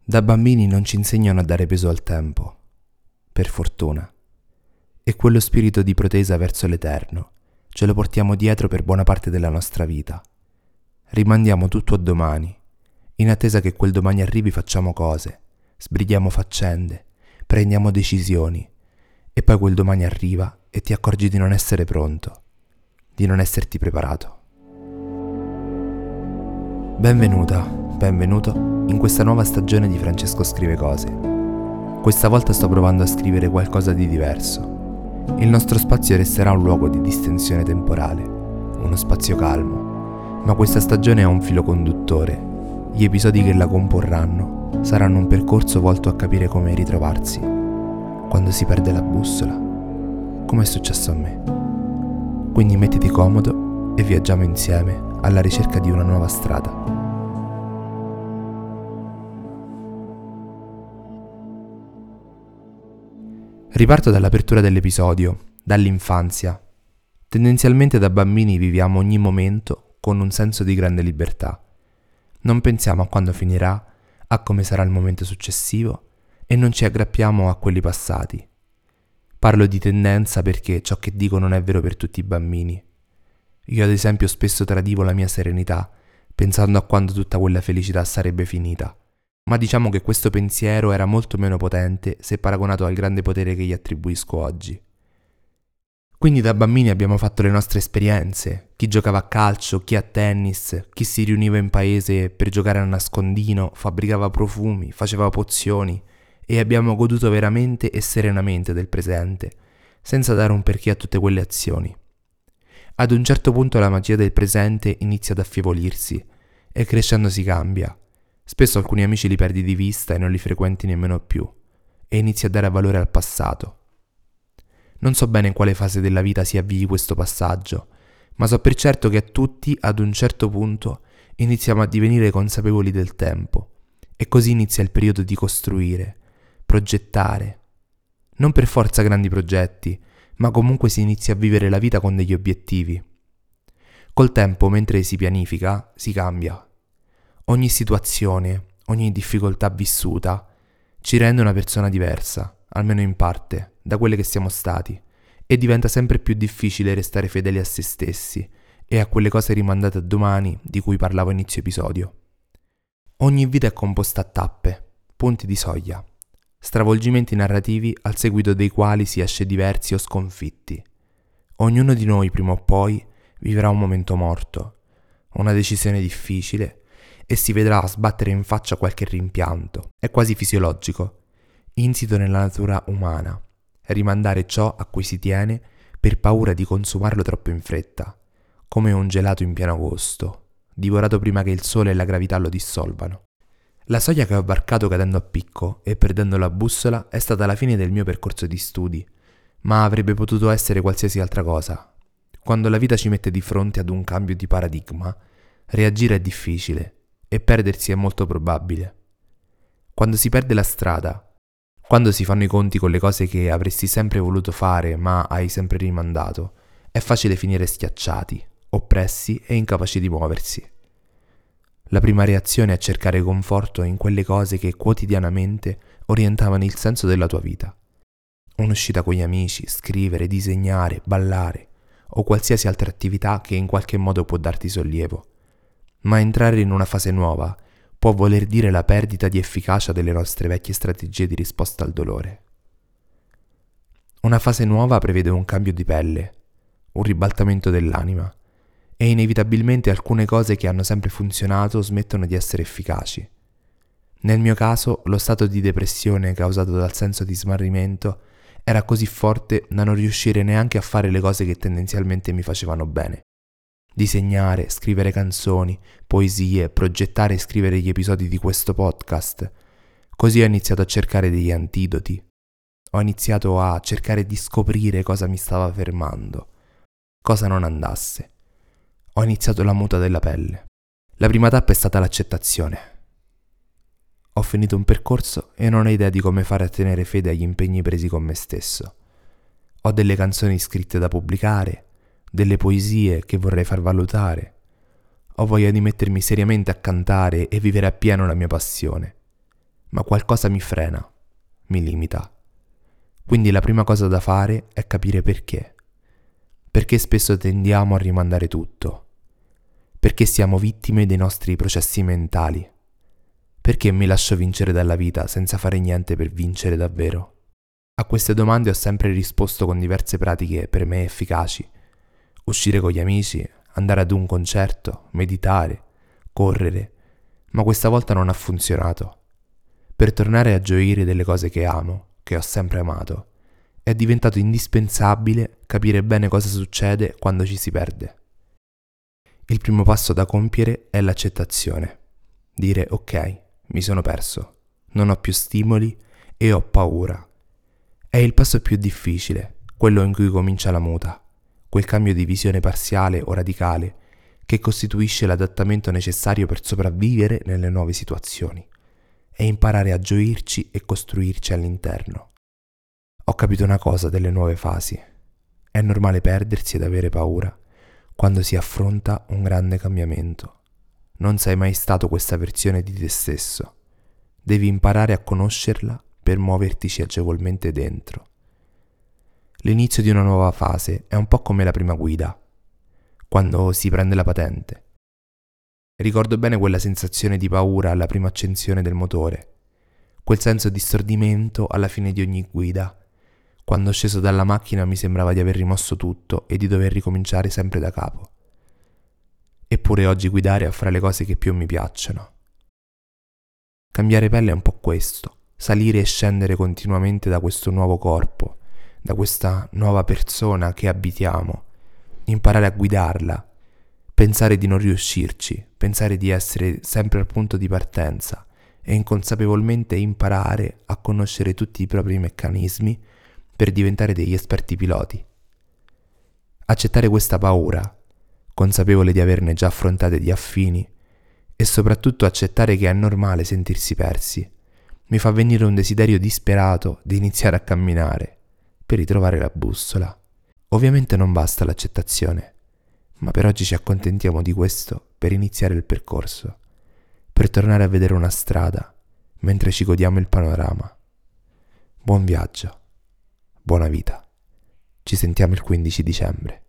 Da bambini non ci insegnano a dare peso al tempo, per fortuna. E quello spirito di protesa verso l'eterno ce lo portiamo dietro per buona parte della nostra vita. Rimandiamo tutto a domani. In attesa che quel domani arrivi facciamo cose, sbrighiamo faccende, prendiamo decisioni e poi quel domani arriva e ti accorgi di non essere pronto, di non esserti preparato. Benvenuto in questa nuova stagione di Francesco Scrive Cose. Questa volta sto provando a scrivere qualcosa di diverso. Il nostro spazio resterà un luogo di distensione temporale, uno spazio calmo, ma questa stagione ha un filo conduttore. Gli episodi che la comporranno saranno un percorso volto a capire come ritrovarsi quando si perde la bussola, come è successo a me. Quindi mettiti comodo e viaggiamo insieme alla ricerca di una nuova strada. Riparto dall'apertura dell'episodio, dall'infanzia. Tendenzialmente da bambini viviamo ogni momento con un senso di grande libertà. Non pensiamo a quando finirà, a come sarà il momento successivo e non ci aggrappiamo a quelli passati. Parlo di tendenza perché ciò che dico non è vero per tutti i bambini. Io ad esempio spesso tradivo la mia serenità, pensando a quando tutta quella felicità sarebbe finita. Ma diciamo che questo pensiero era molto meno potente se paragonato al grande potere che gli attribuisco oggi. Quindi da bambini abbiamo fatto le nostre esperienze, chi giocava a calcio, chi a tennis, chi si riuniva in paese per giocare a nascondino, fabbricava profumi, faceva pozioni e abbiamo goduto veramente e serenamente del presente, senza dare un perché a tutte quelle azioni. Ad un certo punto la magia del presente inizia ad affievolirsi e crescendo si cambia. Spesso alcuni amici li perdi di vista e non li frequenti nemmeno più, e inizi a dare valore al passato. Non so bene in quale fase della vita si avvii questo passaggio, ma so per certo che a tutti, ad un certo punto, iniziamo a divenire consapevoli del tempo, e così inizia il periodo di costruire, progettare. Non per forza grandi progetti, ma comunque si inizia a vivere la vita con degli obiettivi. Col tempo, mentre si pianifica, si cambia. Ogni situazione, ogni difficoltà vissuta ci rende una persona diversa, almeno in parte, da quelle che siamo stati, e diventa sempre più difficile restare fedeli a se stessi e a quelle cose rimandate a domani di cui parlavo a inizio episodio. Ogni vita è composta a tappe, punti di soglia, stravolgimenti narrativi al seguito dei quali si esce diversi o sconfitti. Ognuno di noi prima o poi vivrà un momento morto, una decisione difficile, e si vedrà sbattere in faccia qualche rimpianto. È quasi fisiologico, insito nella natura umana, rimandare ciò a cui si tiene per paura di consumarlo troppo in fretta, come un gelato in pieno agosto, divorato prima che il sole e la gravità lo dissolvano. La soglia che ho varcato cadendo a picco e perdendo la bussola è stata la fine del mio percorso di studi, ma avrebbe potuto essere qualsiasi altra cosa. Quando la vita ci mette di fronte ad un cambio di paradigma, reagire è difficile e perdersi è molto probabile. Quando si perde la strada, quando si fanno i conti con le cose che avresti sempre voluto fare ma hai sempre rimandato, è facile finire schiacciati, oppressi e incapaci di muoversi. La prima reazione è cercare conforto in quelle cose che quotidianamente orientavano il senso della tua vita. Un'uscita con gli amici, scrivere, disegnare, ballare o qualsiasi altra attività che in qualche modo può darti sollievo. Ma entrare in una fase nuova può voler dire la perdita di efficacia delle nostre vecchie strategie di risposta al dolore. Una fase nuova prevede un cambio di pelle, un ribaltamento dell'anima, e inevitabilmente alcune cose che hanno sempre funzionato smettono di essere efficaci. Nel mio caso, lo stato di depressione causato dal senso di smarrimento era così forte da non riuscire neanche a fare le cose che tendenzialmente mi facevano bene. Disegnare, scrivere canzoni, poesie, progettare e scrivere gli episodi di questo podcast. Così ho iniziato a cercare degli antidoti. Ho iniziato a cercare di scoprire cosa mi stava fermando, cosa non andasse. Ho iniziato la muta della pelle. La prima tappa è stata l'accettazione. Ho finito un percorso e non ho idea di come fare a tenere fede agli impegni presi con me stesso. Ho delle canzoni scritte da pubblicare, delle poesie che vorrei far valutare. Ho voglia di mettermi seriamente a cantare e vivere appieno la mia passione. ma qualcosa mi frena, mi limita. Quindi la prima cosa da fare è capire perché. Perché spesso tendiamo a rimandare tutto. Perché siamo vittime dei nostri processi mentali. Perché mi lascio vincere dalla vita senza fare niente per vincere davvero? A queste domande ho sempre risposto con diverse pratiche per me efficaci. Uscire con gli amici, andare ad un concerto, meditare, correre, ma questa volta non ha funzionato. Per tornare a gioire delle cose che amo, che ho sempre amato, è diventato indispensabile capire bene cosa succede quando ci si perde. Il primo passo da compiere è l'accettazione. Dire ok, mi sono perso, non ho più stimoli e ho paura. È il passo più difficile, quello in cui comincia la muta, quel cambio di visione parziale o radicale che costituisce l'adattamento necessario per sopravvivere nelle nuove situazioni e imparare a gioirci e costruirci all'interno. Ho capito una cosa delle nuove fasi. È normale perdersi ed avere paura quando si affronta un grande cambiamento. Non sei mai stato questa versione di te stesso. Devi imparare a conoscerla per muovertici agevolmente dentro. L'inizio di una nuova fase è un po' come la prima guida, quando si prende la patente. Ricordo bene quella sensazione di paura alla prima accensione del motore, quel senso di stordimento alla fine di ogni guida. Quando sceso dalla macchina mi sembrava di aver rimosso tutto e di dover ricominciare sempre da capo. Eppure oggi guidare è fra le cose che più mi piacciono. Cambiare pelle è un po' questo, salire e scendere continuamente da questo nuovo corpo, da questa nuova persona che abitiamo, imparare a guidarla, pensare di non riuscirci, pensare di essere sempre al punto di partenza e inconsapevolmente imparare a conoscere tutti i propri meccanismi per diventare degli esperti piloti. Accettare questa paura, consapevole di averne già affrontate di affini, e soprattutto accettare che è normale sentirsi persi, mi fa venire un desiderio disperato di iniziare a camminare, per ritrovare la bussola. Ovviamente non basta l'accettazione, ma per oggi ci accontentiamo di questo per iniziare il percorso, per tornare a vedere una strada, mentre ci godiamo il panorama. Buon viaggio, buona vita. Ci sentiamo il 15 dicembre.